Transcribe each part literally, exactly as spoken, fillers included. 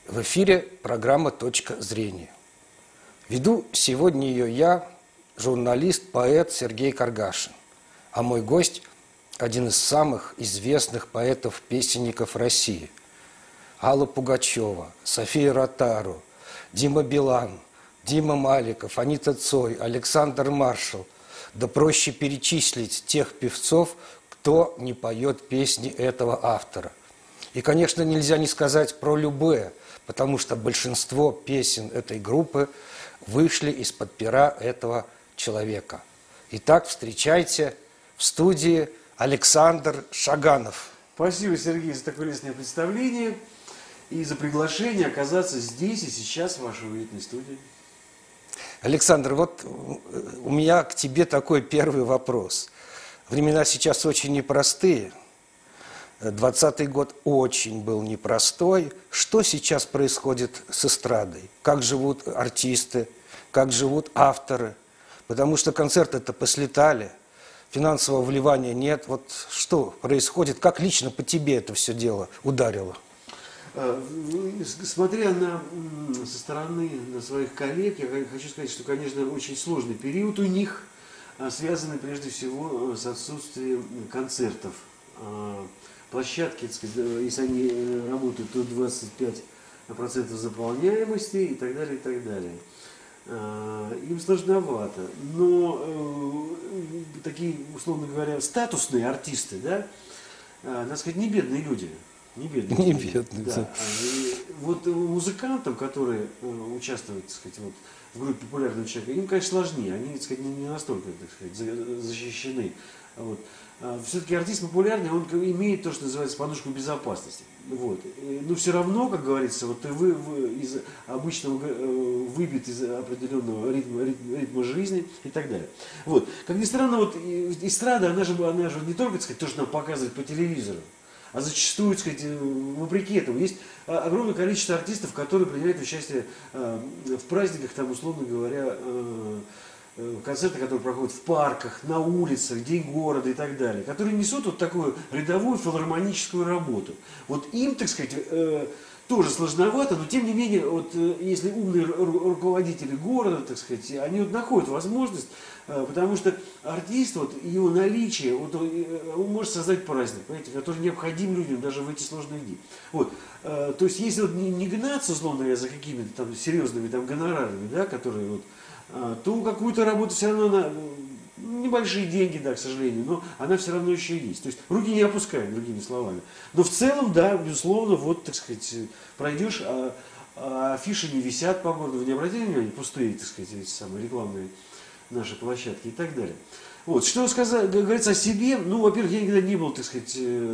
В эфире программа «Точка зрения». Веду сегодня ее я, журналист, поэт Сергей Каргашин. А мой гость – один из самых известных поэтов-песенников России. Алла Пугачева, София Ротару, Дима Билан, Дима Маликов, Анита Цой, Александр Маршал. Да проще перечислить тех певцов, кто не поет песни этого автора. И, конечно, нельзя не сказать про Любэ, потому что большинство песен этой группы вышли из-под пера этого человека. Итак, встречайте в студии Александр Шаганов. Спасибо, Сергей, за такое лестное представление и за приглашение оказаться здесь и сейчас в вашей уютной студии. Александр, вот у меня к тебе такой первый вопрос. Времена сейчас очень непростые. Двадцатый год очень был непростой. Что сейчас происходит с эстрадой? Как живут артисты? Как живут авторы? Потому что концерты-то послетали, финансового вливания нет. Вот что происходит? Как лично по тебе это все дело ударило? Смотря на, со стороны на своих коллег, я хочу сказать, что, конечно, очень сложный период у них, связанный прежде всего с отсутствием концертов. Площадки, так сказать, если они работают, то двадцать пять процентов заполняемости и так далее, и так далее. Им сложновато. Но э, такие, условно говоря, статусные артисты, да, надо сказать, не бедные люди. Не бедные. Не бедные, да. да. Вот музыкантам, которые участвуют, так сказать, вот, в группе популярного человека, им, конечно, сложнее. Они, так сказать, не настолько, так сказать, защищены. Вот. Все-таки артист популярный, он имеет то, что называется подушку безопасности. Вот. Но все равно, как говорится, вот ты вы, вы из обычного выбит из определенного ритма, ритма, ритма жизни и так далее. Вот. Как ни странно, вот эстрада, она же, она же не только, так сказать, то, что нам показывают по телевизору, а зачастую, так сказать, вопреки этому, есть огромное количество артистов, которые принимают участие в праздниках, там, условно говоря, концерты, которые проходят в парках, на улицах, День города и так далее, которые несут вот такую рядовую филармоническую работу. Вот им, так сказать, э, тоже сложновато, но тем не менее, вот, э, если умные ру- руководители города, так сказать, они вот находят возможность, э, потому что артист, вот, его наличие, вот, э, он может создать праздник, понимаете, который необходим людям даже в эти сложные дни. Вот. Э, то есть, если вот не, не гнаться, условно говоря, за какими-то там серьезными там, гонорарами, да, которые вот, то какую-то работу все равно, на небольшие деньги, да, к сожалению, но она все равно еще есть. То есть руки не опускаем, другими словами. Но в целом, да, безусловно, вот, так сказать, пройдешь, а, а афиши не висят по городу, вы не обратили внимание, пустые, так сказать, эти самые рекламные наши площадки и так далее. Вот, что сказать, говорится о себе, ну, во-первых, я никогда не был, так сказать,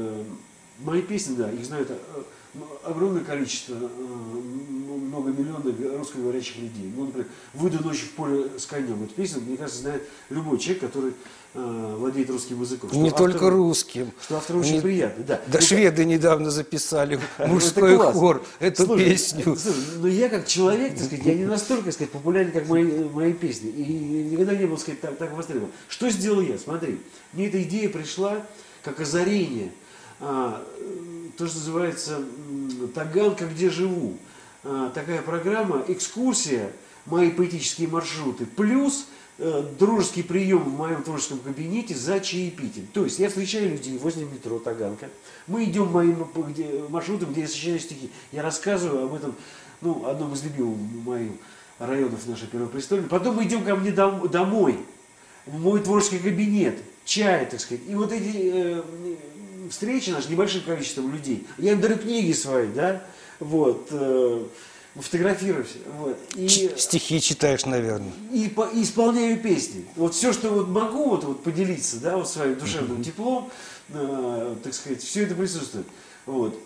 мои песни, да, их знают огромное количество, многомиллионных русскоговорящих людей. Ну, например, «Выйду ночью в поле с конем». Эту песню, мне кажется, знает любой человек, который э, владеет русским языком. Не автор, только русским. Что автор очень Не, приятный, да. Да, ну, шведы недавно записали мужской хор, эту слушай, песню. Слушай, но я как человек, так сказать, я не настолько, так сказать, популярен, как мои, мои песни. И никогда не был, так сказать, так, так востребован. Что сделал я? Смотри, мне эта идея пришла как озарение. А, то, что называется «Таганка, где живу». А, такая программа, экскурсия, мои поэтические маршруты, плюс э, дружеский прием в моем творческом кабинете за чаепитием. То есть я встречаю людей возле метро Таганка, мы идем моим где, маршрутом, где я сочиняю стихи, я рассказываю об этом, ну, одном из любимых моих районов нашей Первопрестольной. Потом мы идем ко мне дом, домой, в мой творческий кабинет, чай, так сказать. И вот эти э, встречи наши небольшим количеством людей, я им дарю книги свои, да, вот, э, фотографируюсь, вот, и стихи читаешь, наверное. И, по, и исполняю песни. Вот все, что вот могу вот, вот поделиться, да, вот своим душевным теплом, э, так сказать, все это присутствует. Вот.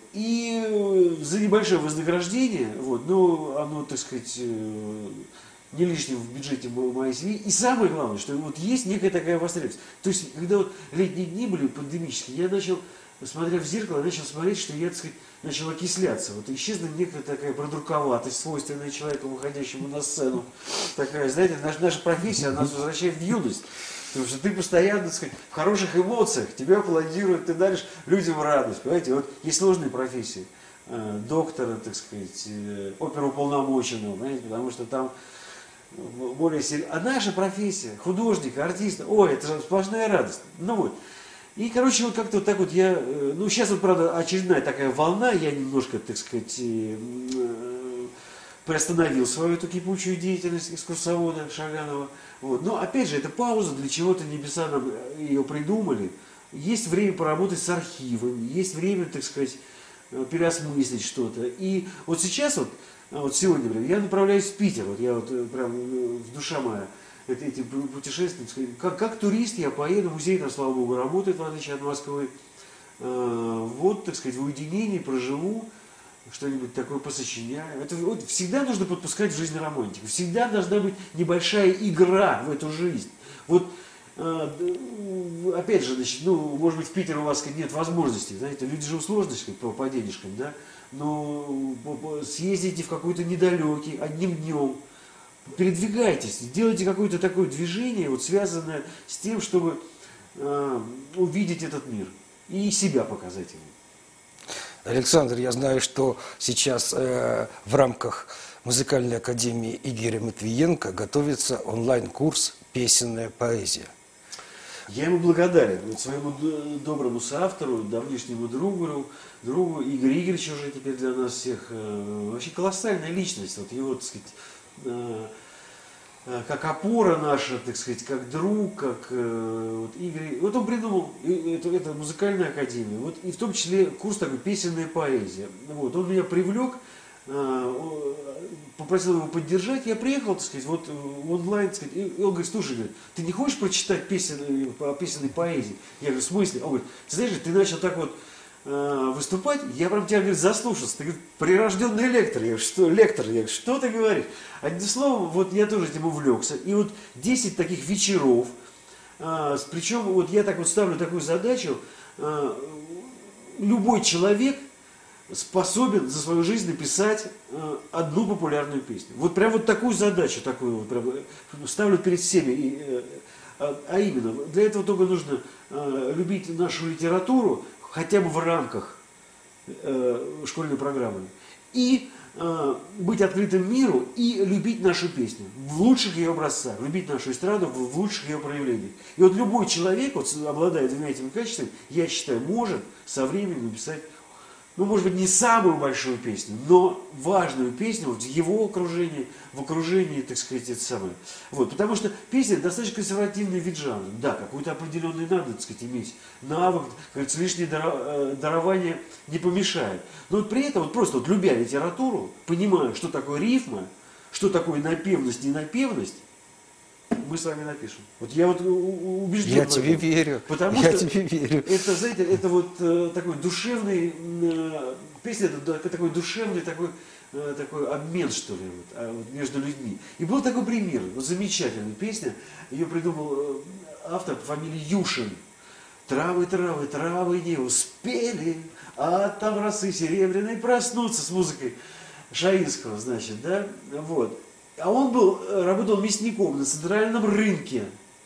И за небольшое вознаграждение, вот, но оно, так сказать, э, не лишним в бюджете моей семьи. И самое главное, что вот есть некая такая востребованность. То есть, когда вот летние дни были пандемические, я начал, смотря в зеркало, начал смотреть, что я, так сказать, начал окисляться. Вот исчезла некая такая продурковатость, свойственная человеку, выходящему на сцену. Такая, знаете, наша, наша профессия, она нас возвращает в юность. Потому что ты постоянно, так сказать, в хороших эмоциях, тебя аплодируют, ты даришь людям радость. Понимаете, вот есть сложные профессии. э, доктора, так сказать, э, оперуполномоченного, понимаете, потому что там более серьезно. А наша профессия, художника, артиста, ой, это же сплошная радость. Ну вот. И, короче, вот как-то вот так вот я, э, ну сейчас вот, правда, очередная такая волна, я немножко, так сказать, э, э, приостановил свою эту кипучую деятельность экскурсовода Шаганова. Вот. Но опять же, это пауза, для чего-то небеса нам ее придумали. Есть время поработать с архивами, есть время, так сказать, переосмыслить что-то. И вот сейчас вот, вот сегодня, например, я направляюсь в Питер, вот я вот прям, душа моя, это, эти путешествия, как, как турист я поеду, музей там, слава богу, работает, в отличие от Москвы. Вот, так сказать, в уединении проживу, что-нибудь такое посочиняю. Это вот всегда нужно подпускать в жизнь романтику. Всегда должна быть небольшая игра в эту жизнь. Вот, опять же, значит, ну, может быть, в Питере у вас нет возможности, знаете, люди живут сложности по, по денежкам, да, но съездите в какой-то недалекий, одним днем, передвигайтесь, делайте какое-то такое движение, вот, связанное с тем, чтобы э, увидеть этот мир и себя показать ему. Александр, я знаю, что сейчас э, в рамках Музыкальной академии Игоря Матвиенко готовится онлайн-курс «Песенная поэзия». Я ему благодарен, вот своему доброму соавтору, давнишнему другу, другу Игорю Игоревичу уже теперь для нас всех, э, вообще колоссальная личность, вот его, так сказать, э, э, как опора наша, так сказать, как друг, как э, вот Игорь, вот он придумал, это, это музыкальная академия, вот и в том числе курс такой «Песенная поэзия». Вот, он меня привлек, попросил его поддержать, я приехал, так сказать, вот в онлайн, так сказать, и он говорит, слушай, говорит, ты не хочешь прочитать песен, по песенной поэзии? Я говорю, в смысле? Он говорит, ты знаешь, ты начал так вот э, выступать, я прям тебя, говорит, заслушался, ты, говорит, прирожденный лектор. Я говорю, что, лектор? Я говорю, что ты говоришь? Одним словом, вот я тоже этим увлекся, и вот десять таких вечеров, э, причем вот я так вот ставлю такую задачу, э, любой человек способен за свою жизнь написать э, одну популярную песню. Вот прям вот такую задачу, такую вот прям ставлю перед всеми. И, э, а именно, для этого только нужно э, любить нашу литературу, хотя бы в рамках э, школьной программы, и э, быть открытым миру, и любить нашу песню в лучших ее образцах, любить нашу эстраду в, в лучших ее проявлениях. И вот любой человек, вот, обладая двумя этими качествами, я считаю, может со временем написать, ну, может быть, не самую большую песню, но важную песню вот, в его окружении, в окружении, так сказать, это самое. Вот, потому что песня достаточно консервативный вид жанра. Да, какой-то определенный надо, так сказать, иметь навык, как говорится, лишнее дарование не помешает. Но вот при этом, вот просто вот, любя литературу, понимая, что такое рифма, что такое напевность, ненапевность, мы с вами напишем. Вот я вот убежден. Я тебе верю. Потому я что тебе верю. это, знаете, это вот э, такой душевный, э, песня, это такой душевный такой, э, такой обмен, что ли, вот, а, вот, между людьми. И был такой пример, вот замечательная песня, ее придумал э, автор по фамилии Юшин. Травы, травы, травы не успели, а там росы серебряной проснуться с музыкой Шаинского, значит, да, вот. А он был, работал мясником на центральном рынке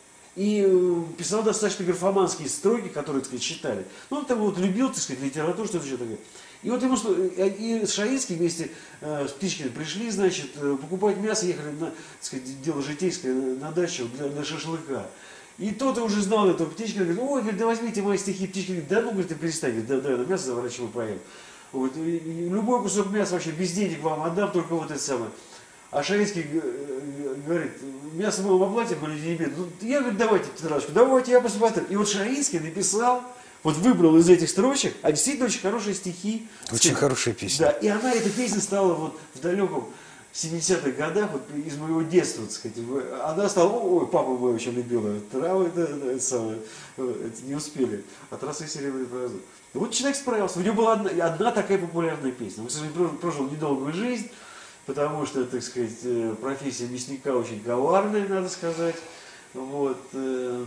и писал достаточно графоманские строки, которые, так сказать, читали. Ну, он там вот любил, так сказать, литературу, что-то еще такое. И вот ему, и Шаинский вместе э, с Птичкиным пришли, значит, покупать мясо, ехали на, так сказать, дело житейское, на дачу для, для шашлыка. И тот уже знал этого Птичкина, говорит, ой, говорит, да возьмите мои стихи. Птичкин говорит, да ну, говорит, ты перестань, говорит, да, да, на мясо заворачиваю, поем. Вот, любой кусок мяса вообще без денег вам отдам, только вот это самое. А Шаинский говорит, мясо мы вам оплатим, но люди не бедны. Ну, я говорю, давайте тетрадочку, давайте я посмотрю. И вот Шаинский написал, вот выбрал из этих строчек, а действительно очень хорошие стихи. Очень сказать, хорошая песня. Да, и она, эта песня стала вот в далеком семидесятых годах, вот из моего детства, так сказать. Она стала, ой, папа мой очень любил травы, да, да, это самое, это не успели, от росы серебряной проразы. Вот человек справился, у него была одна, одна такая популярная песня. Он, к сожалению, прожил недолгую жизнь, потому что, так сказать, профессия мясника очень коварная, надо сказать, вот, э,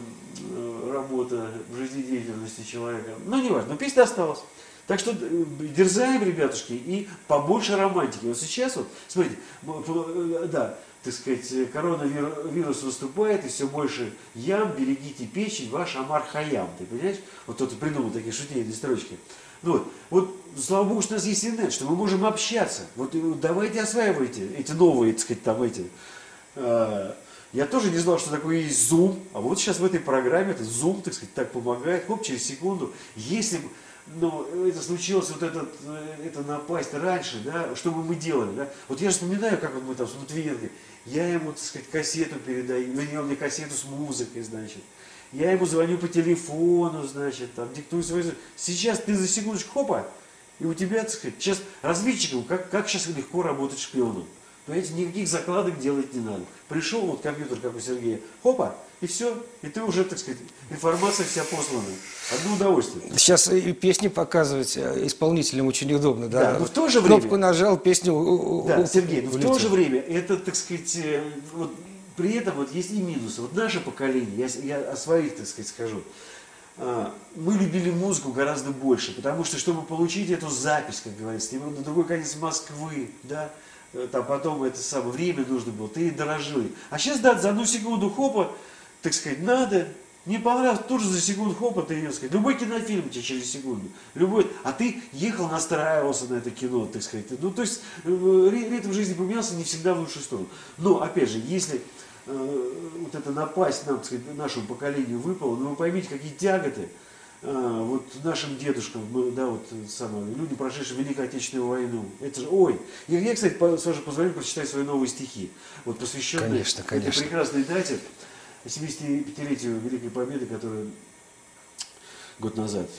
работа в жизнедеятельности человека. Но не важно, но песня осталась. Так что дерзаем, ребятушки, и побольше романтики. Вот сейчас вот, смотрите, да, так сказать, коронавирус выступает, и все больше ям, берегите печень, ваш Амар Хайям, ты понимаешь? Вот кто-то придумал такие шутейные строчки. Ну, вот, вот, слава богу, что у нас есть интернет, что мы можем общаться. Вот давайте осваивайте эти новые, так сказать, там эти. Э, я тоже не знал, что такое есть Zoom, а вот сейчас в этой программе этот Zoom, так сказать, так помогает. Хоп, через секунду, если бы, ну, это случилось, вот этот, это напасть раньше, да, что бы мы делали, да? Вот я же вспоминаю, как вот мы там с Матвиенко, я ему, так сказать, кассету передаю, вернее, он мне кассету с музыкой, значит. Я ему звоню по телефону, значит, там, диктую свои... Сейчас ты за секундочку, хопа, и у тебя, так сказать, сейчас разведчикам, как, как сейчас легко работать шпионом. Понимаете, никаких закладок делать не надо. Пришел вот компьютер, как у Сергея, хопа, и все, и ты уже, так сказать, информация вся послана. Одно удовольствие. Сейчас и песни показывать исполнителям очень удобно, да? Да, но в то же время... Кнопку нажал, песню... Да, Сергей, но в то же время, это, так сказать, вот, при этом вот есть и минусы. Вот наше поколение, я, я о своих, так сказать, скажу, мы любили музыку гораздо больше, потому что, чтобы получить эту запись, как говорится, на другой конец Москвы, да, там потом это самое время нужно было, ты дорожил. А сейчас, да, за одну секунду хопа, так сказать, надо, не понравилось, тут же за секунду хопа ты ее, сказать, любой кинофильм тебе через секунду, любой, а ты ехал, настраивался на это кино, так сказать. Ну, то есть, ритм жизни поменялся не всегда в лучшую сторону. Но, опять же, если э, вот это напасть нам, так сказать, нашему поколению выпало, ну, вы поймите, какие тяготы, А, вот нашим дедушкам, мы, да, вот самое, люди, прошедшие Великую Отечественную войну, это же, ой, я, я кстати, по, с вашего позволения, прочитаю свои новые стихи, вот посвященные конечно, конечно. этой прекрасной дате, семидесятипятилетию Великой Победы, которая год назад.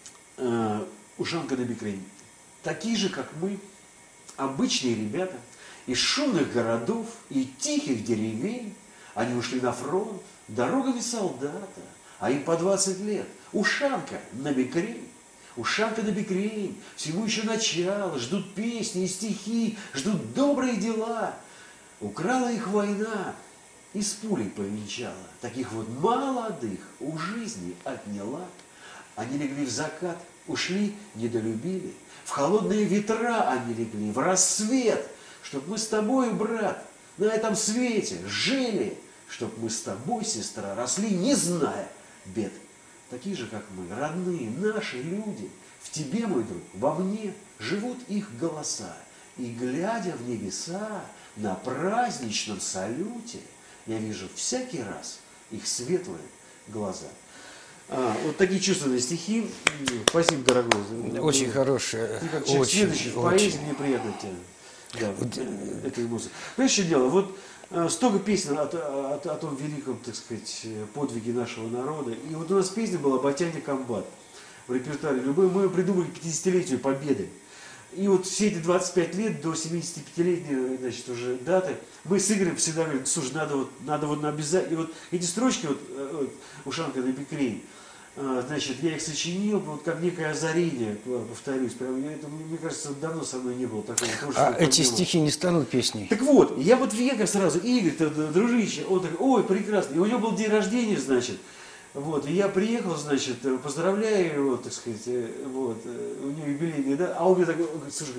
А, Ушанка на Бикрень. Такие же, как мы, обычные ребята, из шумных городов и тихих деревень, они ушли на фронт дорогами солдата, а им по двадцать лет. Ушанка на Бикрень, ушанка на Бикрень, всему еще начало, ждут песни и стихи, ждут добрые дела. Украла их война и с пулей повенчала. Таких вот молодых у жизни отняла. Они легли в закат, ушли, недолюбили. В холодные ветра они легли, в рассвет, чтоб мы с тобой, брат, на этом свете жили, чтоб мы с тобой, сестра, росли, не зная бед. Такие же, как мы, родные, наши люди, в тебе, мой друг, во мне живут их голоса. И, глядя в небеса на праздничном салюте, я вижу всякий раз их светлые глаза. А, вот такие чувственные стихи. Спасибо, дорогой. Очень хорошие. Ты как человек очень, следующий в очень. поэзии, мне приятно тебя. Да, вот, это эмоция. Понимаешь, что дело? Вот э, столько песен о, о, о том великом, так сказать, подвиге нашего народа. И вот у нас песня была «Батяня комбат» в репертуаре. Любой, мы ее придумали к пятидесятилетию Победы. И вот все эти двадцать пять лет до семидесятипятилетней, значит, уже даты, мы с Игорем всегда говорим, слушай, надо вот, надо вот обязательно. И вот эти строчки, вот, вот «Ушанка на Бикрень», значит, я их сочинил, вот как некое озарение, повторюсь, прям, это, мне кажется, давно со мной не было такого. А эти стихи не станут песней? Так вот, я вот Века сразу, Игорь, дружище, он такой, ой, прекрасно, и у него был день рождения, значит, вот, и я приехал, значит, поздравляю его, так сказать, вот, у него юбилейный, да, а он мне такой, он говорит, слушай,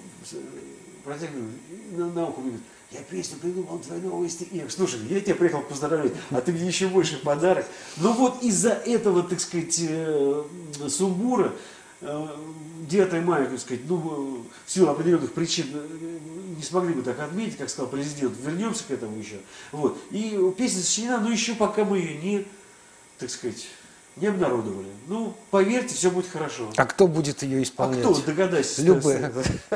протягиваю, на, на ухо мне говорит, я песню придумал, твои новые стихи. Я говорю, слушай, я тебя приехал поздравлять, а ты мне еще больше подарок. Но вот из-за этого, так сказать, сумбура, девятое мая, так сказать, ну, в силу определенных причин не смогли бы так отметить, как сказал президент, вернемся к этому еще. Вот. И песня сочинена, но еще пока мы ее не, так сказать, не обнародовали. Ну, поверьте, все будет хорошо. А кто будет ее исполнять? А кто? Догадайся. Любые.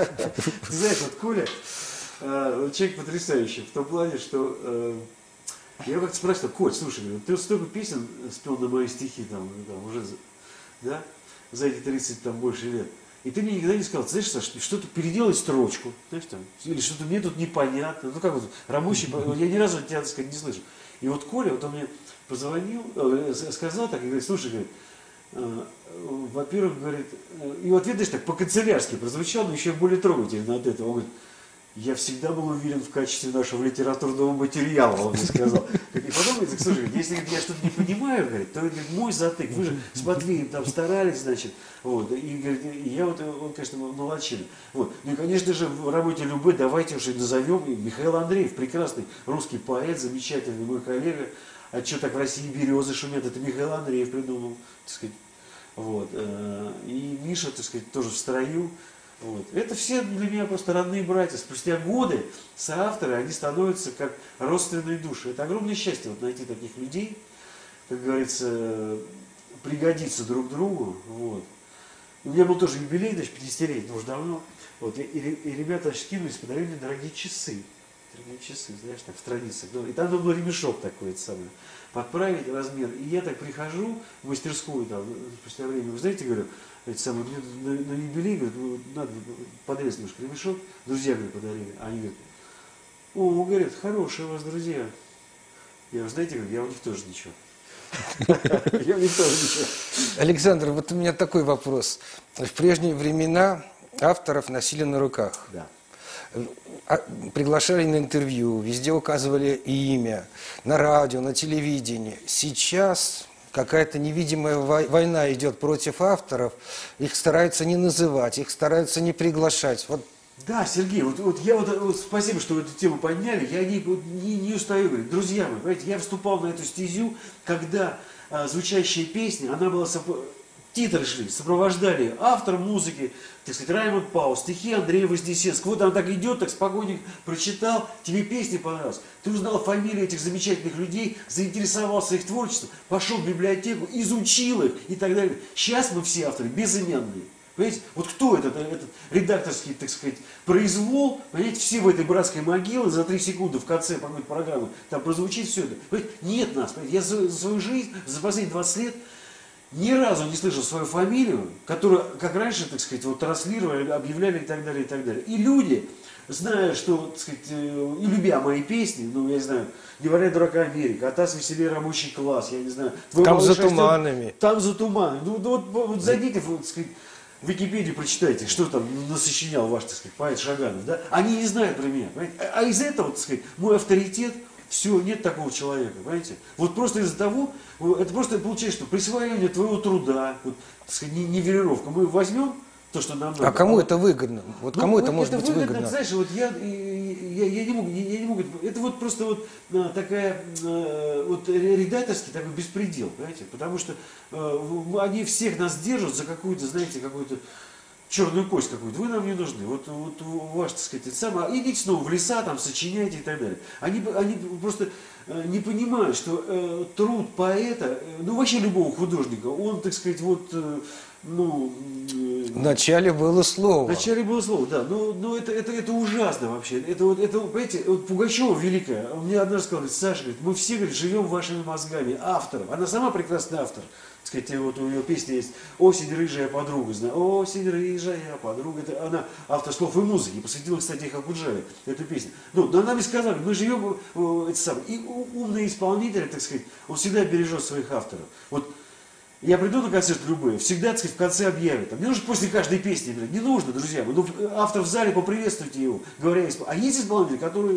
Ты знаешь, вот Коля, человек потрясающий, в том плане, что э, я как-то спрашивал, Коль, слушай, ты столько песен спел на мои стихи, там, там уже, да, за эти тридцать там больше лет, и ты мне никогда не сказал, знаешь, Саш, что-то переделай строчку, знаешь, там, или что-то мне тут непонятно, ну как вот, рабочий, я ни разу от тебя, так сказать, не слышу. И вот Коля, вот он мне позвонил, э, сказал так, и говорит, слушай, говорит, э, во-первых, говорит, э, и вот видишь, так по-канцелярски прозвучало, но еще более трогательно от этого, он говорит, я всегда был уверен в качестве нашего литературного материала, он мне сказал. И потом говорит, слушай, если я что-то не понимаю, говорит, то говорит, мой затык, вы же с Матвеем там старались, значит, вот, и, говорит, и я вот, он, конечно, молодчина. Вот. Ну и, конечно же, в работе Любэ давайте уж и назовем, и Михаил Андреев, прекрасный русский поэт, замечательный мой коллега, а что так в России березы шумят, это Михаил Андреев придумал, так сказать. Вот. И Миша, так сказать, тоже в строю. Вот. Это все для меня просто родные братья. Спустя годы соавторы, они становятся как родственные души. Это огромное счастье вот найти таких людей, как говорится, пригодиться друг другу. Вот. У меня был тоже юбилей, значит, пятидесятилетний, уже давно. Вот. И, и, и ребята значит, скинулись, подарили мне дорогие часы. Дорогие часы, знаешь, так в традициях. И там был ремешок такой, это самое, подправить размер. И я так прихожу в мастерскую, там, спустя время, вы знаете, говорю, это самое, на, на юбилей, говорят, надо подрезать немножко ремешок. Друзья, говорят, подарили. А они говорят, о, говорят, хорошие у вас друзья. Я говорю, знаете, говорю, я у них тоже ничего. Я у них тоже ничего. Александр, вот у меня такой вопрос. В прежние времена авторов носили на руках. Да. Приглашали на интервью, везде указывали имя, на радио, на телевидении. Сейчас какая-то невидимая война идет против авторов, их стараются не называть, их стараются не приглашать. Вот. Да, Сергей, вот, вот я вот, вот спасибо, что вы эту тему подняли, я не, не, не устаю говорить. Друзья мои, понимаете, я вступал на эту стезю, когда а, звучащая песня, она была... Титры шли, сопровождали автор музыки, так сказать, Раймонд Пау, стихи Андрея Вознесенского. Вот она так идет, так спокойненько прочитал, тебе песня понравилась. Ты узнал фамилии этих замечательных людей, заинтересовался их творчеством, пошел в библиотеку, изучил их и так далее. Сейчас мы все авторы безымянные. Понимаете, вот кто этот, этот редакторский, так сказать, произвол, понимаете, все в этой братской могиле за три секунды в конце какой-то программы, там прозвучит все это. Понимаете, нет нас, понимаете, я за свою жизнь, за последние двадцать лет ни разу не слышал свою фамилию, которую, как раньше, так сказать, вот транслировали, объявляли и так далее, и так далее. И люди, зная, что, так сказать, и любя мои песни, ну, я не знаю, «Не валяй дурака Америка», «Атас веселее рабочий класс», я не знаю. Там за туманами. Там за туманами. Ну, вот, вот зайдите, вот, так сказать, в Википедию прочитайте, что там насочинял ваш, так сказать, поэт Шаганов, да? Они не знают про меня, понимаете? А, а из этого, так сказать, мой авторитет, все, нет такого человека, понимаете? Вот просто из-за того, это просто получается, что присвоение твоего труда, вот, так сказать, нивелировка. Мы возьмем то, что нам надо. А кому а это выгодно? Вот кому ну, это может это быть выгодно? выгодно? Знаешь, вот я, я, я, не могу, я, я не могу, это вот просто вот такая, вот редакторский такой беспредел, понимаете? Потому что они всех нас держат за какую-то, знаете, какую-то черную кость какую-то, вы нам не нужны, вот, вот ваш, так сказать, это самое, идите снова в леса, там, сочиняйте и так далее. Они, они просто не понимают, что э, труд поэта, э, ну вообще любого художника, он, так сказать, вот, э, ну... Э, Вначале было слово. Вначале было слово, да, но, но это, это, это ужасно вообще, это вот, это, понимаете, вот Пугачева великая, он мне однажды сказал, Саша, говорит, мы все, говорит, живем вашими мозгами, автором, она сама прекрасный автор. Так сказать, вот у нее песня есть «Осень, рыжая подруга», знаю, «Осень, рыжая подруга», это она автор слов и музыки, посвятила, кстати, Хакуджаве эту песню. Ну, но она мне сказала, мы живем, это самое, и умный исполнитель, так сказать, он всегда бережет своих авторов. Вот я приду на концерт любой, всегда, так сказать, в конце объявят, там, не нужно после каждой песни, не нужно, друзья, ну, автор в зале, поприветствуйте его, говоря, а есть исполнители, которые...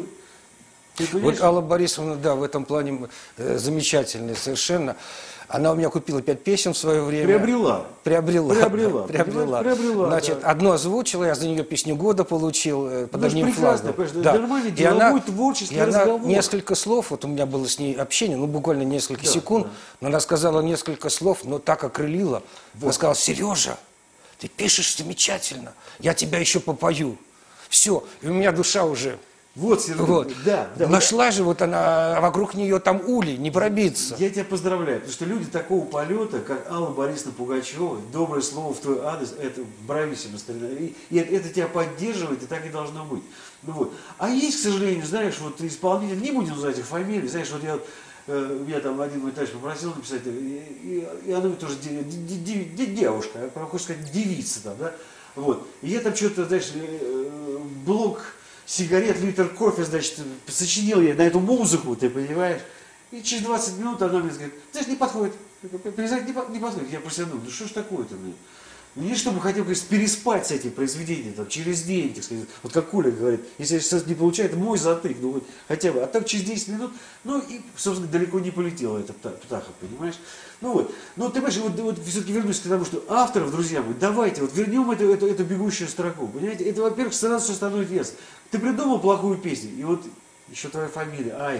Вот Алла Борисовна, да, в этом плане э, замечательная совершенно. Она у меня купила пять песен в свое время. Приобрела. Приобрела. Приобрела. Приобрела. Приобрела. Значит, да. Одну озвучила, я за нее песню года получил э, под ну, одним флагом. Да. Нормальный деловой творческий и она разговор. Несколько слов, вот у меня было с ней общение, ну буквально несколько да, секунд, да. но она сказала несколько слов, но так окрылила. Вот. Она сказала: Сережа, ты пишешь замечательно, я тебя еще попою. Все, и у меня душа уже... Вот, Сергей, вот. Да, да. Нашла же вот она, вокруг нее там улей, не пробиться. Я тебя поздравляю, потому что люди такого полета, как Алла Борисовна Пугачева, доброе слово в твой адрес, это брависсимо, и, и это тебя поддерживает, и так и должно быть. Ну, вот. А есть, к сожалению, знаешь, вот исполнитель, не будем называть их фамилии, знаешь, вот я, э, меня там один мой товарищ попросил написать, и, и, и она тоже де, де, де, де, девушка, хочешь сказать, девица там, да, вот. И я там что-то, знаешь, э, блок... сигарет, литр кофе, значит, сочинил я на эту музыку, ты понимаешь? И через двадцать минут она мне говорит, знаешь, не подходит, перезать не, не подходит. Я просто думаю, ну что ж такое-то, блин? Не чтобы хотел, конечно, переспать с этим произведением, там, через день, так сказать, вот как Коля говорит, если я сейчас не получаю, мой затык, ну вот, хотя бы, а так через десять минут, ну и, собственно, далеко не полетела эта птаха, понимаешь? Ну вот, ну ты понимаешь, вот, вот все-таки вернусь к тому, что авторов, друзья мои, давайте, вот вернем эту, эту, эту бегущую строку, понимаете, это, во-первых, сразу все становится ясно. Ты придумал плохую песню, и вот еще твоя фамилия, ай,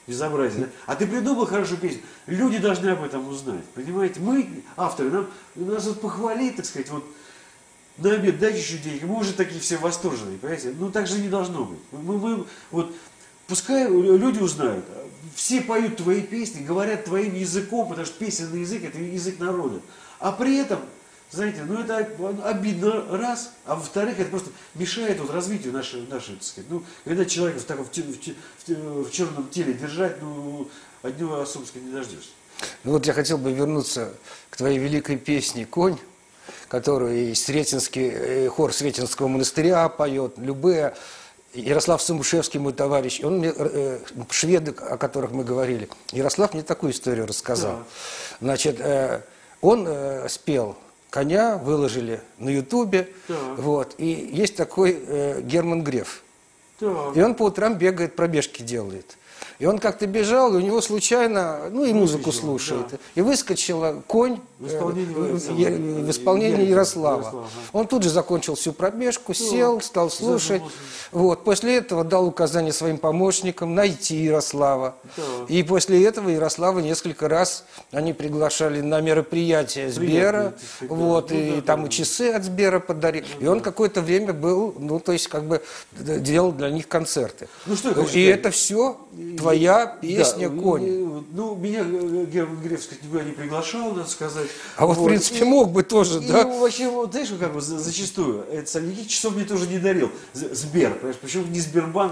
безобразие. Да? А ты придумал хорошую песню, люди должны об этом узнать. Понимаете? Мы, авторы, нам, нас вот похвалить, так сказать, вот на обед дайте еще денег. Мы уже такие все восторженные, понимаете? Ну так же не должно быть. Мы, мы, вот, пускай люди узнают. Все поют твои песни, говорят твоим языком, потому что песенный язык – это язык народа. А при этом, знаете, ну это обидно раз, а во-вторых, это просто мешает вот развитию нашей, нашей, так сказать. Ну, когда человека в таком в, в, в черном теле держать, ну, от него особо, сказать, не дождешься. Ну вот я хотел бы вернуться к твоей великой песне «Конь», которую и Сретенский, и хор Сретенского монастыря поет, любые. Ярослав Сумушевский, мой товарищ, он мне, э, шведы, о которых мы говорили, Ярослав мне такую историю рассказал. Да. Значит, э, он э, спел «Коня», выложили на Ютубе, да. Вот, и есть такой э, Герман Греф. Да. И он по утрам бегает, пробежки делает. И он как-то бежал, и у него случайно, ну и музыку Выскочил, слушает, да. И выскочила «Конь» в исполнении, э, в исполнении Ярослава. Ярослава. Он тут же закончил всю пробежку, да. Сел, стал слушать. Вот. После этого дал указание своим помощникам найти Ярослава. Да. И после этого Ярослава несколько раз они приглашали на мероприятия Сбера, вот, ну, и да, там да, и часы от Сбера подарили. Да, и он да. какое-то время был, ну то есть как бы делал для них концерты. Ну, что и сказать? Это все твоя песня да, «Конь». Ну, меня Герман Греф, сказать, никуда не приглашал, надо сказать. А вот, вот в принципе, и, мог бы тоже, и, да? И вообще, вот, знаешь, как бы зачастую, это, никаких часов мне тоже не дарил Сбер, понимаешь, почему не Сбербанк,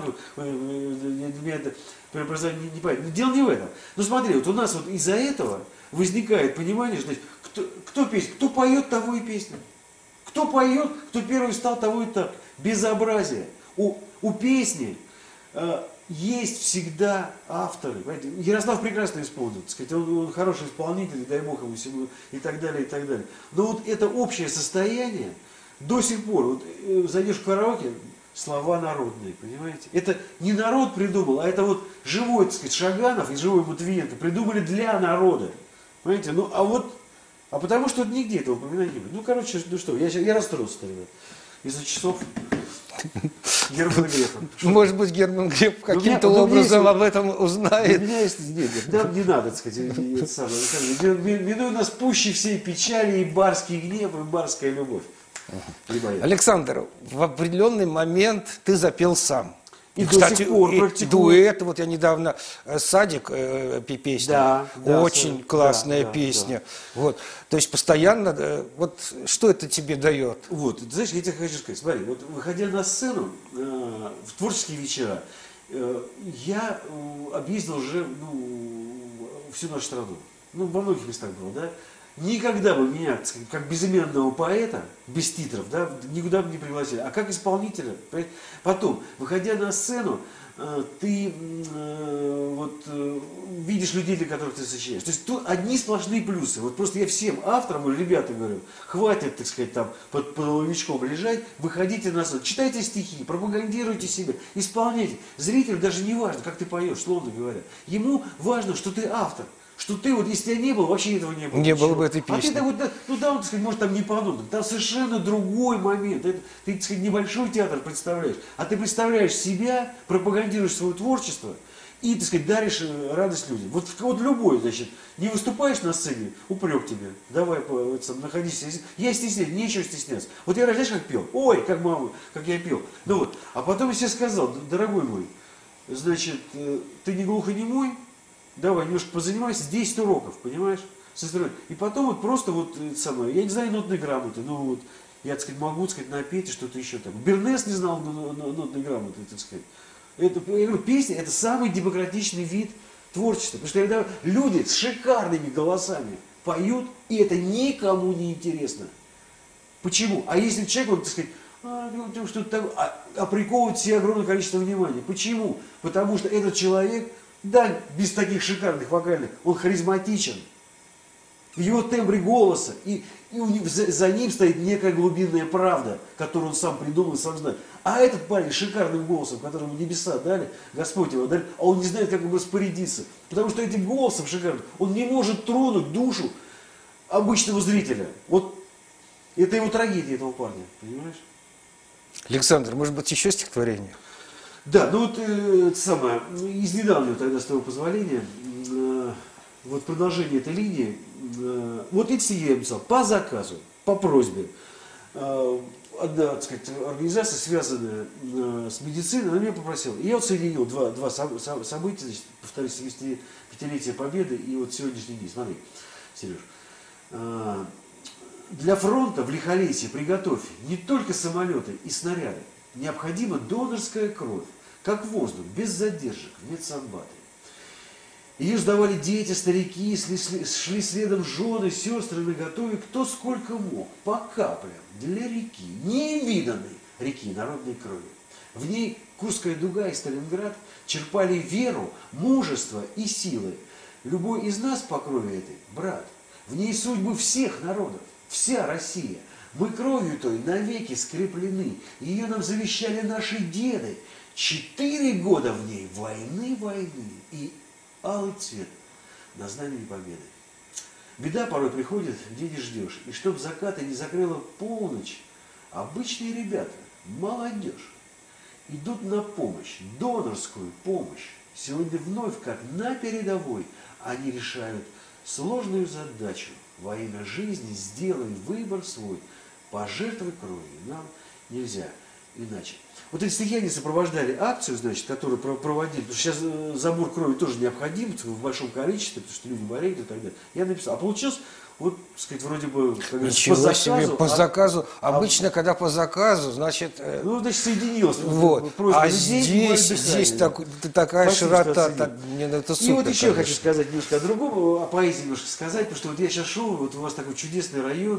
меня это преобразование не, не понятно. Но дело не в этом. Ну, смотри, вот у нас вот из-за этого возникает понимание, что кто, кто песня, кто поет, того и песня. Кто поет, кто первый стал, того и так. Безобразие. У, у песни э, есть всегда авторы. Понимаете? Ярослав прекрасно исполнит, так сказать, он, он хороший исполнитель, дай бог ему всему, и так далее, и так далее. Но вот это общее состояние до сих пор, вот э, зайдешь в караоке, слова народные, понимаете? Это не народ придумал, а это вот живой, так сказать, Шаганов и живой Матвиенко придумали для народа. Понимаете? Ну, а вот, а потому что нигде этого упоминания не будет. Ну, короче, ну что, я, я расстроился, ребят, из-за часов Германа Грефа. Может быть, Герман Греф каким-то образом есть, об этом узнает. У меня есть, нет, нет, да, не надо, так сказать, это самое, минуй нас пуще всей печали и барский гнев, и барская любовь. Ага. Александр, в определенный момент ты запел сам. И, и кстати, пор и дуэт, вот я недавно «Садик» э, песня, да, да, очень да, классная да, песня. Да. Вот, то есть постоянно, э, вот что это тебе дает? Вот, ты знаешь, я тебе хочу сказать, смотри, вот выходя на сцену э, в творческие вечера, э, я э, объездил уже ну, всю нашу страну, ну во многих местах был, да. Никогда бы меня, как безымянного поэта, без титров, да, никуда бы не пригласили. А как исполнителя, потом, выходя на сцену, ты вот, видишь людей, для которых ты сочиняешь. То есть тут одни сплошные плюсы. Вот просто я всем авторам, ребята говорю, хватит, так сказать, там под половичком лежать, выходите на сцену, читайте стихи, пропагандируйте себя, исполняйте. Зрителю даже не важно, как ты поешь, словно говоря. Ему важно, что ты автор. Что ты вот, если тебя не было, вообще этого не было. Не было бы этой песни. А ты вот, ну да, он, так сказать, может там не подумать. Там совершенно другой момент. Это, ты, так сказать, небольшой театр представляешь. А ты представляешь себя, пропагандируешь свое творчество и, так сказать, даришь радость людям. Вот, вот любой, значит, не выступаешь на сцене, упрек тебе. Давай, вот, находись. Я стесняюсь, нечего стесняться. Вот я, знаешь, как пел? Ой, как мама, как я пел. Ну вот. А потом я себе сказал, дорогой мой, значит, ты не глухонемой, давай немножко позанимайся, десять уроков, понимаешь? И потом вот просто вот это самое, я не знаю нотной грамоты, ну вот, я, так сказать, могу, так сказать, напеть и что-то еще там. Бернес не знал нотной грамоты, так сказать. Это, я говорю, песня – это самый демократичный вид творчества. Потому что когда люди с шикарными голосами поют, и это никому не интересно. Почему? А если человек, он, так сказать, а, ну, что-то там, а, а приковывает себе огромное количество внимания. Почему? Потому что этот человек, да, без таких шикарных вокальных, он харизматичен. В его тембре голоса, и, и у него, за, за ним стоит некая глубинная правда, которую он сам придумал и сам знает. А этот парень с шикарным голосом, которому небеса дали, Господь его дали, а он не знает, как им распорядиться. Потому что этим голосом шикарным он не может тронуть душу обычного зрителя. Вот это его трагедия, этого парня, понимаешь? Александр, может быть, еще стихотворение? Да, ну вот э, это самое, из недавнего тогда, с того позволения, э, вот продолжение этой линии, э, вот эти стихи я написал по заказу, по просьбе. Э, одна, так сказать, организация, связанная э, с медициной, она меня попросила. И я вот соединил два, два соб- соб- события, значит, повторюсь, семидесятипятилетие Победы и вот сегодняшний день. Смотри, Сереж. Э, для фронта в Лихолесье приготовь не только самолеты и снаряды. Необходима донорская кровь, как воздух, без задержек, в медсанбаты. Ее сдавали дети, старики, шли следом жены, сестры наготове, кто сколько мог, по каплям, для реки, невиданной реки народной крови. В ней Курская дуга и Сталинград черпали веру, мужество и силы. Любой из нас по крови этой, брат, в ней судьбы всех народов, вся Россия. Мы кровью той навеки скреплены, ее нам завещали наши деды. Четыре года в ней войны, войны и алый цвет на знамени победы. Беда порой приходит, где не ждешь, и чтоб заката не закрыла полночь, обычные ребята, молодежь, идут на помощь, донорскую помощь. Сегодня вновь, как на передовой, они решают сложную задачу. Во имя жизни сделай выбор свой. Пожертвуй кровью нам нельзя иначе. Вот эти стихи, они сопровождали акцию, значит, которую проводили, потому что сейчас забор крови тоже необходим в большом количестве, потому что люди болеют и так далее. Я написал, а получилось, вот, так сказать, вроде бы, как говорится, Ничего по заказу. себе, по а, заказу. а, Обычно, когда по заказу, значит... э, Ну, значит, соединилось. Вот. А здесь, здесь да. так, такая Спасибо, широта, так, мне это супер. И вот еще конечно. хочу сказать немножко о другом, о поэзии немножко сказать, потому что вот я сейчас шел, вот у вас такой чудесный район,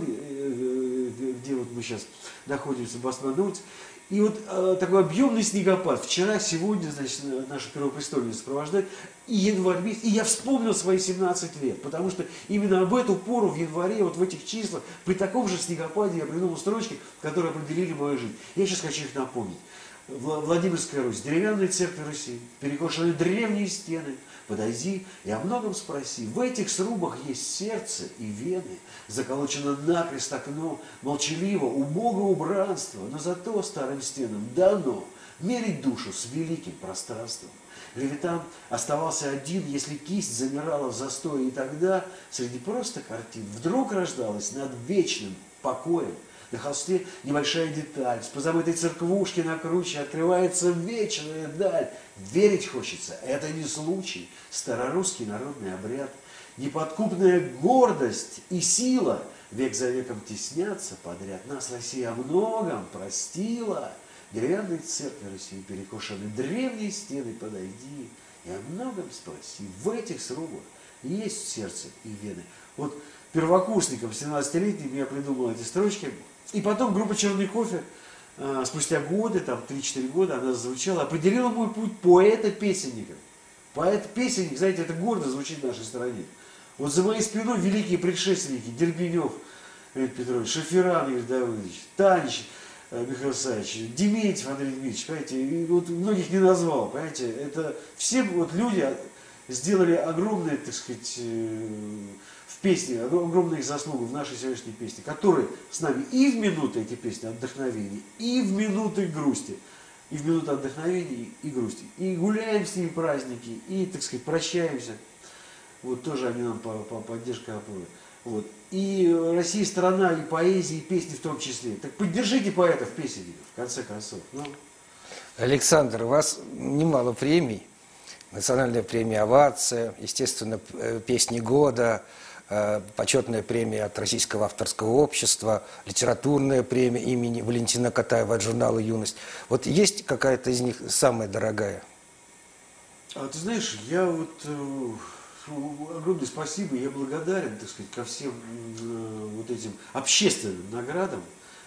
где вот мы сейчас находимся, Басманная улица, и вот э, такой объемный снегопад. Вчера, сегодня, значит, наша первопрестольница сопровождает, и январь месяц, и я вспомнил свои семнадцать лет, потому что именно об эту пору, в январе, вот в этих числах, при таком же снегопаде я придумал строчки, которые определили мою жизнь. Я сейчас хочу их напомнить. Владимирская Русь, деревянные церкви Руси, перекошенные древние стены. Подойди и о многом спроси. В этих срубах есть сердце и вены. Заколочено накрест окно, молчаливо, убого убранство, но зато старым стенам дано мерить душу с великим пространством. Левитан оставался один, если кисть замирала в застое, и тогда среди просто картин вдруг рождалась над вечным покоем. На холсте небольшая деталь, с позабытой церквушки на круче открывается вечная даль. Верить хочется, это не случай, старорусский народный обряд. Неподкупная гордость и сила век за веком теснятся подряд. Нас Россия о многом простила. Деревянные церкви России перекошены, древние стены, подойди и о многом спроси. В этих срубах есть сердце и вены. Вот первокурсником, семнадцатилетним, я придумал эти строчки. И потом группа «Черный кофе», э, спустя годы, там три-четыре года, она звучала, определила мой путь поэта-песенника. Поэт-песенник, знаете, это гордо звучит в нашей стране. Вот за моей спиной великие предшественники: Дербенев Леонид Петрович, Шаферан Игорь Давыдович, Танич э, Михаил Савич, Дементьев Андрей Дмитриевич, понимаете, и вот многих не назвал, понимаете, это все вот люди сделали огромное, так сказать, э, в песне, огромная их заслуга в нашей сегодняшней песне, которые с нами и в минуты эти песни отдохновения, и в минуты грусти, и в минуты отдохновения и грусти. И гуляем с ними праздники, и, так сказать, прощаемся. Вот тоже они нам по, по поддержке опоры. Вот. И Россия страна и поэзии, и песни в том числе. Так поддержите поэтов, песенников, в конце концов. Ну. Александр, у вас немало премий. Национальная премия «Овация», естественно, песни года, почетная премия от Российского авторского общества, литературная премия имени Валентина Катаева от журнала «Юность». Вот есть какая-то из них самая дорогая? А ты знаешь, я вот э, огромное спасибо, я благодарен, так сказать, ко всем э, вот этим общественным наградам,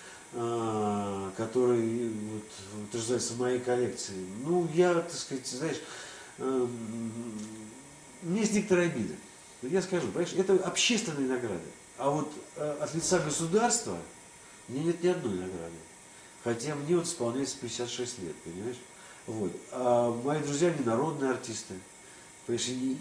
э, которые вот, утверждаются в моей коллекции. Ну, я, так сказать, знаешь, э, у меня есть некоторая обида. Я скажу, понимаешь, это общественные награды. А вот э, от лица государства у меня нет ни одной награды. Хотя мне вот исполняется пятьдесят шесть лет, понимаешь? Вот. А мои друзья не народные артисты. Понимаешь, и,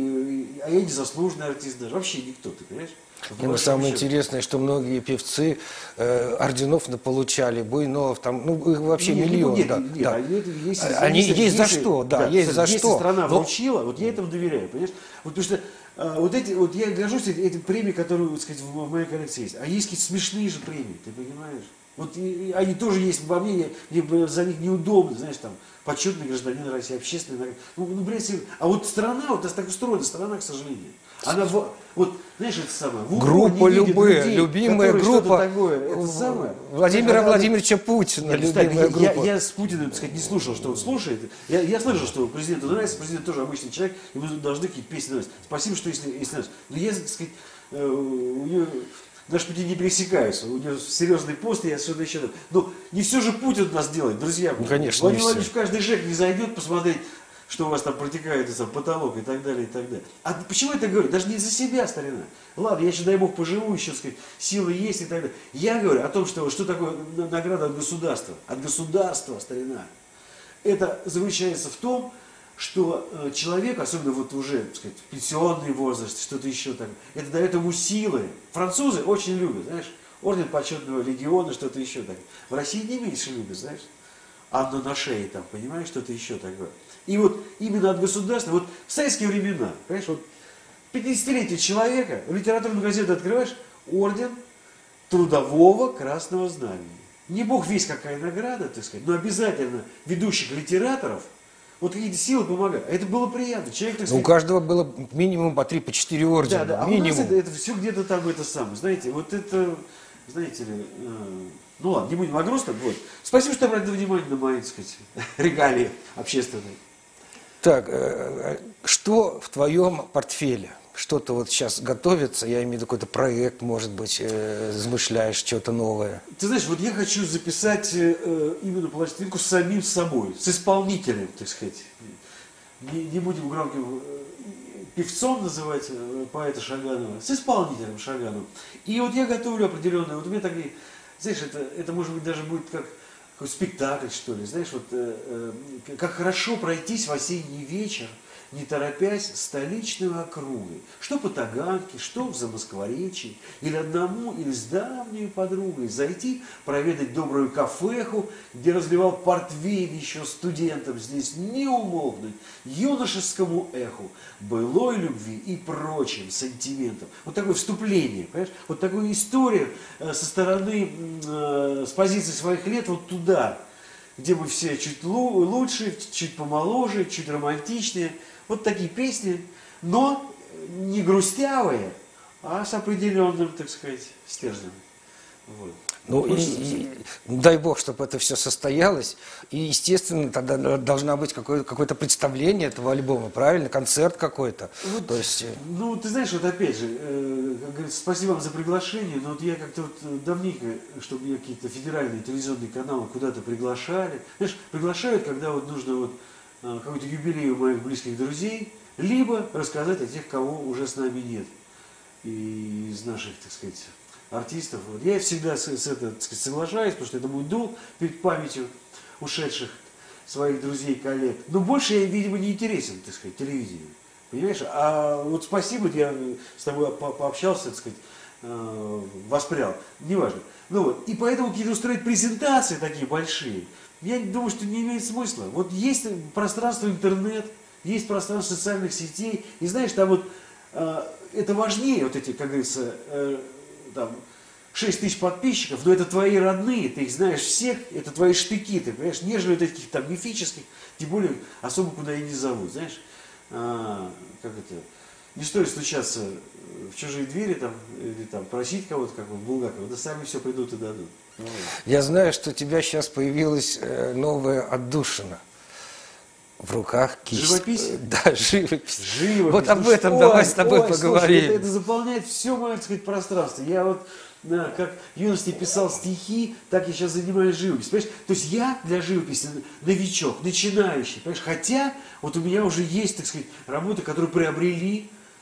и, а я не заслуженный артист даже, вообще никто, ты понимаешь? И ну, самое интересное, что многие певцы э, орденов получали, Буйнов, там, ну, их вообще нет, миллион. Нет, да, нет, да. Нет, если, Они если, есть если, за что, да, да, есть за если что. страна но... вручила, вот я этому доверяю, понимаешь? Вот потому что э, вот эти, вот я горжусь этими премиями, которые, так сказать, в моей коллекции есть. А есть какие-то смешные же премии, ты понимаешь? Вот и, и они тоже есть во мне, мне за них неудобно, знаешь, там, почетный гражданин России, общественный, ну, ну, блин, а вот страна, вот у нас так устроена страна, к сожалению. Она, в, вот, знаешь, это самое, в группа любые, людей, любимая группа такое, это самое. Владимира Когда, Владимировича Путина, нет, любимая кстати, группа. Я, я с Путиным, так сказать, не слушал, что он слушает. Я, я слышал, что президенту нравится, президент тоже обычный человек, ему должны какие-то песни нравиться. Спасибо, что если, если нравится. Но я, так сказать, э, у нее... Наши пути не пересекаются. У него серьезный пост, и я что-то еще. Но не все же Путин нас делает, друзья. Ну, конечно, Владимир Владимирович в каждый ЖЭК не зайдет посмотреть, что у вас там протекает, там, потолок и так далее, и так далее. А почему я это говорю? Даже не за себя, старина. Ладно, я еще, дай бог, поживу, еще, так сказать, силы есть и так далее. Я говорю о том, что, что такое награда от государства. От государства, старина. Это заключается в том, что э, человек, особенно вот уже, так сказать, пенсионный возраст, что-то еще так, это дает ему силы. Французы очень любят, знаешь, орден почетного легиона, что-то еще так. В России не меньше любят, знаешь, Анна на шее там, понимаешь, что-то еще такое. И вот именно от государства, вот в советские времена, понимаешь, вот пятидесятилетие человека, в литературную газету открываешь, орден Трудового Красного Знамени. Не бог весь какая награда, так сказать, но обязательно ведущих литераторов, вот какие-то силы помогают. А это было приятно. Человек, так сказать, у каждого было минимум по три, по четыре ордена. Да, да. А минимум. у нас это, это все где-то там это самое. Знаете, вот это, знаете ли, э, ну ладно, не будем о грустном. Вот. Спасибо, что обратили внимание на мои, так сказать, регалии общественные. Так, э, что в твоем портфеле? Что-то вот сейчас готовится, я имею в виду какой-то проект, может быть, э, замышляешь что-то новое. Ты знаешь, вот я хочу записать э, именно пластинку с самим собой, с исполнителем, так сказать. Не, не будем громким э, певцом называть э, поэта Шаганова, с исполнителем Шаганова. И вот я готовлю определенные, вот у меня такие, знаешь, это, это может быть даже будет как какой спектакль, что ли, знаешь, вот э, э, как хорошо пройтись в осенний вечер, не торопясь, столичной округой. Что по Таганке, что в Замоскворечье, или одному, или с давней подругой зайти, проведать добрую кафеху, где разливал портвейн еще студентам, здесь не умолкнуть юношескому эху, былой любви и прочим сантиментам. Вот такое вступление, понимаешь? Вот такую историю э, со стороны, э, с позиции своих лет вот туда, где мы все чуть лучше, чуть помоложе, чуть романтичнее. Вот такие песни, но не грустявые, а с определенным, так сказать, стержнем. Вот. Ну, и, и, дай бог, чтобы это все состоялось. И, естественно, тогда должна быть какое- какое-то представление этого альбома, правильно? Концерт какой-то. Вот, То есть... Ну, ты знаешь, вот опять же, э, как говорится, спасибо вам за приглашение, но вот я как-то вот давненько, чтобы меня какие-то федеральные телевизионные каналы куда-то приглашали. Знаешь, приглашают, когда вот нужно вот э, какой-то юбилей у моих близких друзей, либо рассказать о тех, кого уже с нами нет. И из наших, так сказать, артистов. Вот. Я всегда с, с это, так сказать, соглашаюсь, потому что это мой долг перед памятью ушедших своих друзей, коллег. Но больше я, видимо, не интересен, так сказать, телевидению. Понимаешь? А вот спасибо, я с тобой по пообщался, так сказать, э воспрял. Неважно. Ну вот. И поэтому какие-то устроить презентации такие большие, я думаю, что не имеет смысла. Вот есть пространство интернет, есть пространство социальных сетей, и знаешь, там вот э это важнее, вот эти, как говорится, э там, шесть тысяч подписчиков, но это твои родные, ты их знаешь всех, это твои штыки, ты понимаешь, нежели вот этих там мифических, тем более особо куда и не зовут, знаешь, а, как это, не стоит стучаться в чужие двери там, или там просить кого-то, как в Булгакова, да сами все придут и дадут. Ну, я знаю, что у тебя сейчас появилась э, новая отдушина. В руках кисть. Живопись? Да, живопись. Живопись. Вот об Ну, этом ой, давай с тобой ой, поговорим. Слушай, это, это заполняет все мое, так сказать, пространство. Я вот, да, как в юности писал стихи, так я сейчас занимаюсь живописью. Понимаешь? То есть я для живописи новичок, начинающий. Понимаешь? Хотя вот у меня уже есть, так сказать, работы, которые приобрели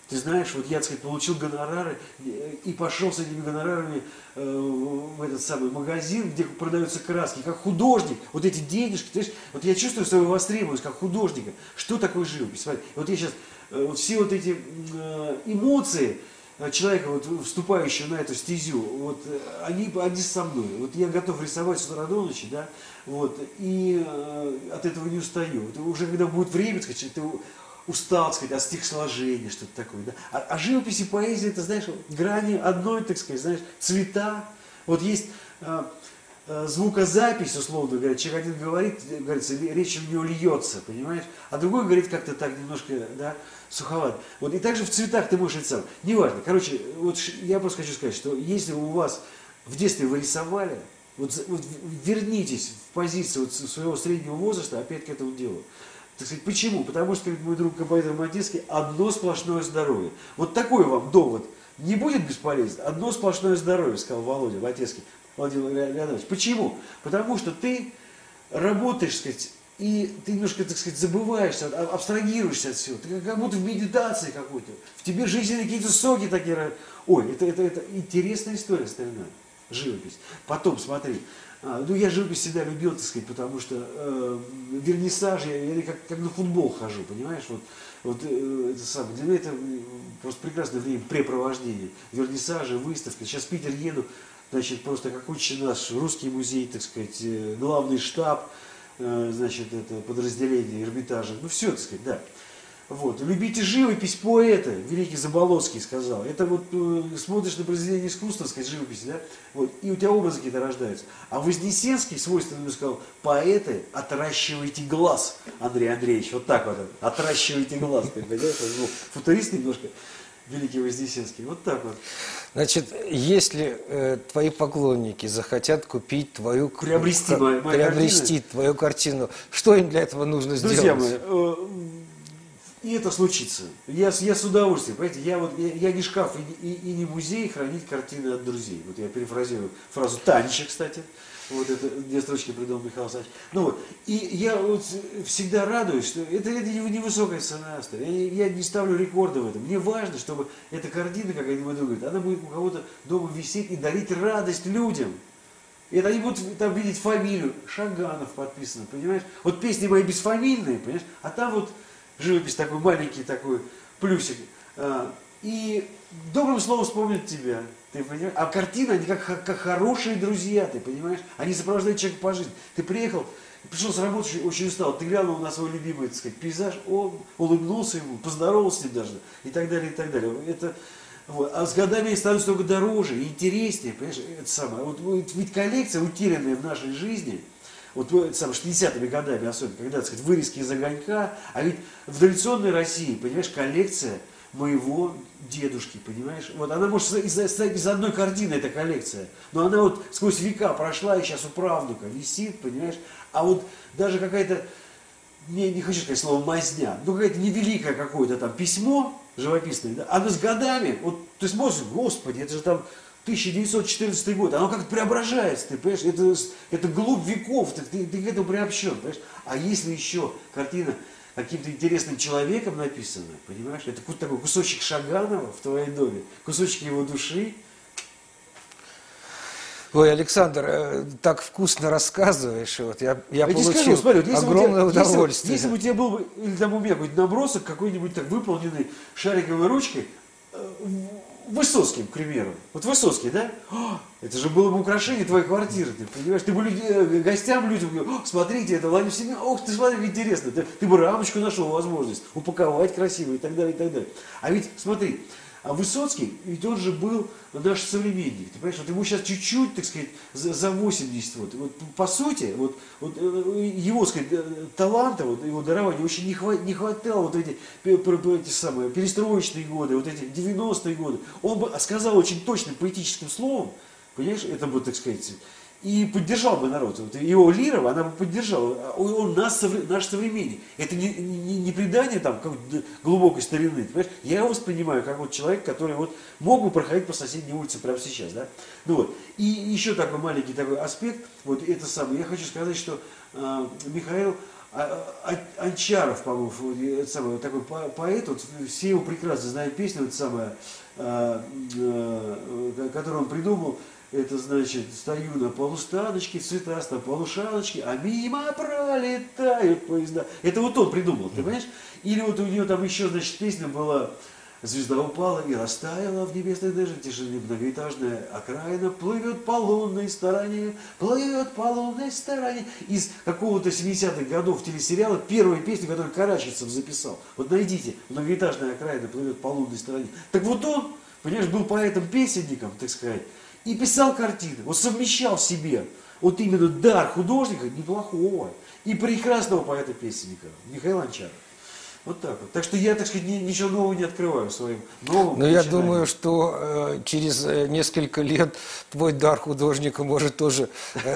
Ты знаешь, вот я, так сказать, получил гонорары и пошел с этими гонорарами э, в этот самый магазин, где продаются краски, как художник. Вот эти денежки, ты знаешь, вот я чувствую свою востребованность как художника. Что такое живопись? Смотри, вот я сейчас, э, вот все вот эти э, эмоции человека, вот, вступающего на эту стезю, вот, они, они со мной. Вот я готов рисовать с утра до ночи, да, вот, и э, от этого не устаю. Вот, уже когда будет время, так сказать, ты устал, так сказать, от стихосложения, что-то такое, да. А, а живопись и поэзия, это, знаешь, грани одной, так сказать, знаешь, цвета. Вот есть э, э, звукозапись, условно говоря, человек один говорит, говорится, речь у него льется, понимаешь, а другой говорит как-то так немножко, да, суховато. Вот и также в цветах ты можешь рисовать. Неважно. Короче, вот я просто хочу сказать, что если у вас в детстве вы рисовали, вот, вот вернитесь в позицию вот своего среднего возраста опять к этому делу. Так сказать, почему? Потому что, говорит мой друг композитор Матецкий, одно сплошное здоровье. Вот такой вам довод не будет бесполезен. Одно сплошное здоровье, сказал Володя Матецкий, Владимир Леонидович. Почему? Потому что ты работаешь, так сказать, и ты немножко, так сказать, забываешься, абстрагируешься от всего. Ты как будто в медитации какой-то. В тебе жизненные какие-то соки такие. Ой, это, это, это интересная история остальная. Живопись. Потом, смотри, а, ну я живопись всегда любил, так сказать, потому что э, вернисаж, я, я как, как на футбол хожу, понимаешь, вот, вот э, это самое, для меня это просто прекрасное времяпрепровождение. Вернисажи, выставки. Сейчас в Питер еду, значит, просто как учит наш русский музей, так сказать, э, главный штаб, э, значит, это подразделение Эрмитажа, ну все, так сказать, да. Вот. Любите живопись поэта, великий Заболоцкий сказал. Это вот э, смотришь на произведение искусства, сказать, живопись, да, вот, и у тебя образы какие-то рождаются. А Вознесенский свойственно сказал: поэты, отращивайте глаз, Андрей Андреевич, вот так вот, отращивайте глаз, ты понимаешь, он был футурист немножко, великий Вознесенский, вот так вот. Значит, если э, твои поклонники захотят купить твою приобрести, к, мои, мои приобрести твою картину, что им для этого нужно Друзья сделать? Друзья мои, э, и это случится. Я, я с удовольствием, понимаете, я, вот, я, я не шкаф и, и, и не музей хранить картины от друзей. Вот я перефразирую фразу Танича, кстати. Вот это две строчки придумал Михаил Александрович. Ну вот, и я вот всегда радуюсь, что это, это невысокая цена. Я, я не ставлю рекорда в этом. Мне важно, чтобы эта картина, как один мой друг говорит, она будет у кого-то дома висеть и дарить радость людям. И это они будут там видеть фамилию. Шаганов подписано, понимаешь? Вот песни мои бесфамильные, понимаешь? А там вот живопись такой маленький такой плюсик. И добрым словом вспомнят тебя. Ты понимаешь? А картины, они как, как хорошие друзья, ты понимаешь? Они сопровождают человека по жизни. Ты приехал, пришел с работы, очень, очень устал, ты глянул на свой любимый, так сказать, пейзаж, он улыбнулся ему, поздоровался с ним даже, и так далее, и так далее. Это, вот. А с годами становится только дороже и интереснее, понимаешь? Это самое. Вот, ведь коллекция, утерянная в нашей жизни, вот шестидесятыми годами особенно, когда, так сказать, вырезки из огонька, а ведь в традиционной России, понимаешь, коллекция моего дедушки, понимаешь, вот она может из, из одной картины, эта коллекция, но она вот сквозь века прошла и сейчас у правнука висит, понимаешь, а вот даже какая-то, не, не хочу сказать слово мазня, но какое-то невеликое какое-то там письмо живописное, да, оно с годами, вот ты смотришь, господи, это же там тысяча девятьсот четырнадцатый год, оно как-то преображается, ты понимаешь, это, это глубь веков, ты, ты, ты к этому приобщен, понимаешь? А если еще картина каким-то интересным человеком написана, понимаешь, это какой-то такой кусочек Шаганова в твоем доме, кусочек его души. Ой, Александр, так вкусно рассказываешь, вот я, я получил скажу, смотри, вот если огромное тебя, удовольствие. Если, если бы у тебя был бы, или там у меня какой-нибудь набросок, какой-нибудь так выполненный шариковой ручкой, Высоцким, к примеру. Вот Высоцкий, да? О, это же было бы украшение твоей квартиры, ты понимаешь? Ты бы люди, гостям, людям говорил: смотрите, это Владимир Семенович, ох, ты смотри, как интересно. Ты, ты бы рамочку нашел возможность упаковать красиво и так далее, и так далее. А ведь, смотри, а Высоцкий, ведь он же был наш современник, ты понимаешь? Вот ему сейчас чуть-чуть, так сказать, за, за восемьдесят, вот, вот по сути, вот, вот его, так сказать, таланта, вот, его дарования очень не, хват, не хватало вот эти, эти самые перестроечные годы, вот эти девяностые годы. Он бы сказал очень точным поэтическим словом, понимаешь, это бы, так сказать, и поддержал бы народ. Вот его лира, она бы поддержала. Он наш, наш современник. Это не, не, не предание там глубокой старины. Понимаешь? Я его воспринимаю как вот человек, который вот мог бы проходить по соседней улице прямо сейчас. Да? Ну вот. И еще такой маленький такой аспект. Вот это самое. Я хочу сказать, что э, Михаил А- А- Анчаров, по-моему, это самое, такой по- поэт, вот, все его прекрасно знают песню, вот самое, а, а, которую он придумал. Это значит, стою на полустаночке, цветастом полушаночке, а мимо пролетают поезда. Это вот он придумал, ты понимаешь? Или вот у него там еще, значит, песня была «Звезда упала и растаяла в небесной дыже, тишине многоэтажная окраина, плывет по лунной стороне, плывет по лунной стороне». Из какого-то семидесятых годов телесериала первая песня, которую Караченцев записал. Вот найдите, «Многоэтажная окраина плывет по лунной стороне». Так вот он, понимаешь, был поэтом-песенником, так сказать, и писал картины, вот совмещал в себе вот именно дар художника неплохого и прекрасного поэта-песенника Михаила Анчарова. Вот так вот. Так что я, так сказать, ни- ничего нового не открываю в своем новом Но я начинании. думаю, что э, через э, несколько лет твой дар художника может тоже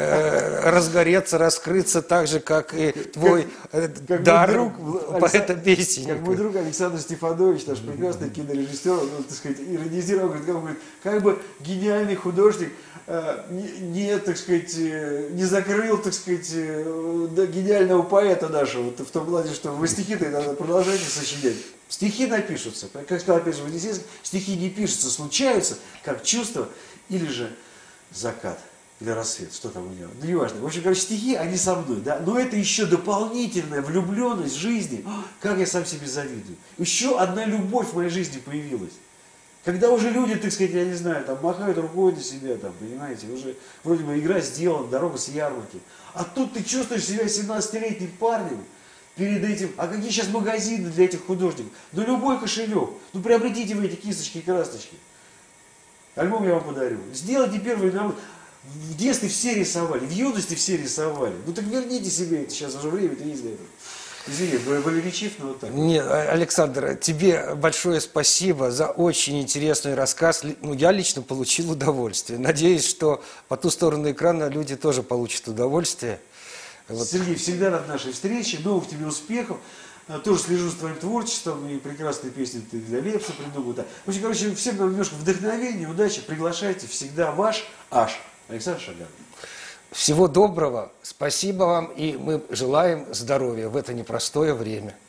э, разгореться, раскрыться так же, как и твой э, Как дар мой друг Алекса- поэта-песенника. Как мой друг Александр Стефанович, наш прекрасный кинорежиссер, он, так сказать, иронизировал, говорит, как, он говорит, как бы гениальный художник э, не, не, так сказать, э, не закрыл, так сказать, э, да, гениального поэта нашего, вот в том плане, что вы стихи-то надо продолжать сочинять. Стихи напишутся, как сказал опять же Вознесенский, стихи не пишутся, случаются, как чувство или же закат. Или рассвет, что там у него, ну неважно. В общем, короче, стихи, они со мной, да, но это еще дополнительная влюбленность в жизни. Как я сам себе завидую. Еще одна любовь в моей жизни появилась. Когда уже люди, так сказать, я не знаю, там махают рукой на себя, там, понимаете, уже вроде бы игра сделана, дорога с ярмарки. А тут ты чувствуешь себя семнадцатилетним парнем перед этим. А какие сейчас магазины для этих художников? Ну любой кошелек. Ну приобретите вы эти кисточки и красочки. Альбом я вам подарю. Сделайте первый альбом. В детстве все рисовали, в юности все рисовали. Ну так верните себе это, сейчас уже время-то есть для этого. Извини, болевичив, но вот так. Нет, Александр, тебе большое спасибо за очень интересный рассказ. Ну, я лично получил удовольствие. Надеюсь, что по ту сторону экрана люди тоже получат удовольствие. Вот. Сергей, всегда рад нашей встрече, новых тебе успехов. Тоже слежу за твоим творчеством, и прекрасные песни ты для Лепса придумал. Да. В общем, короче, всем нам немножко вдохновения, удачи, приглашайте, всегда ваш Аш, Александр Шаганов. Всего доброго, спасибо вам, и мы желаем здоровья в это непростое время.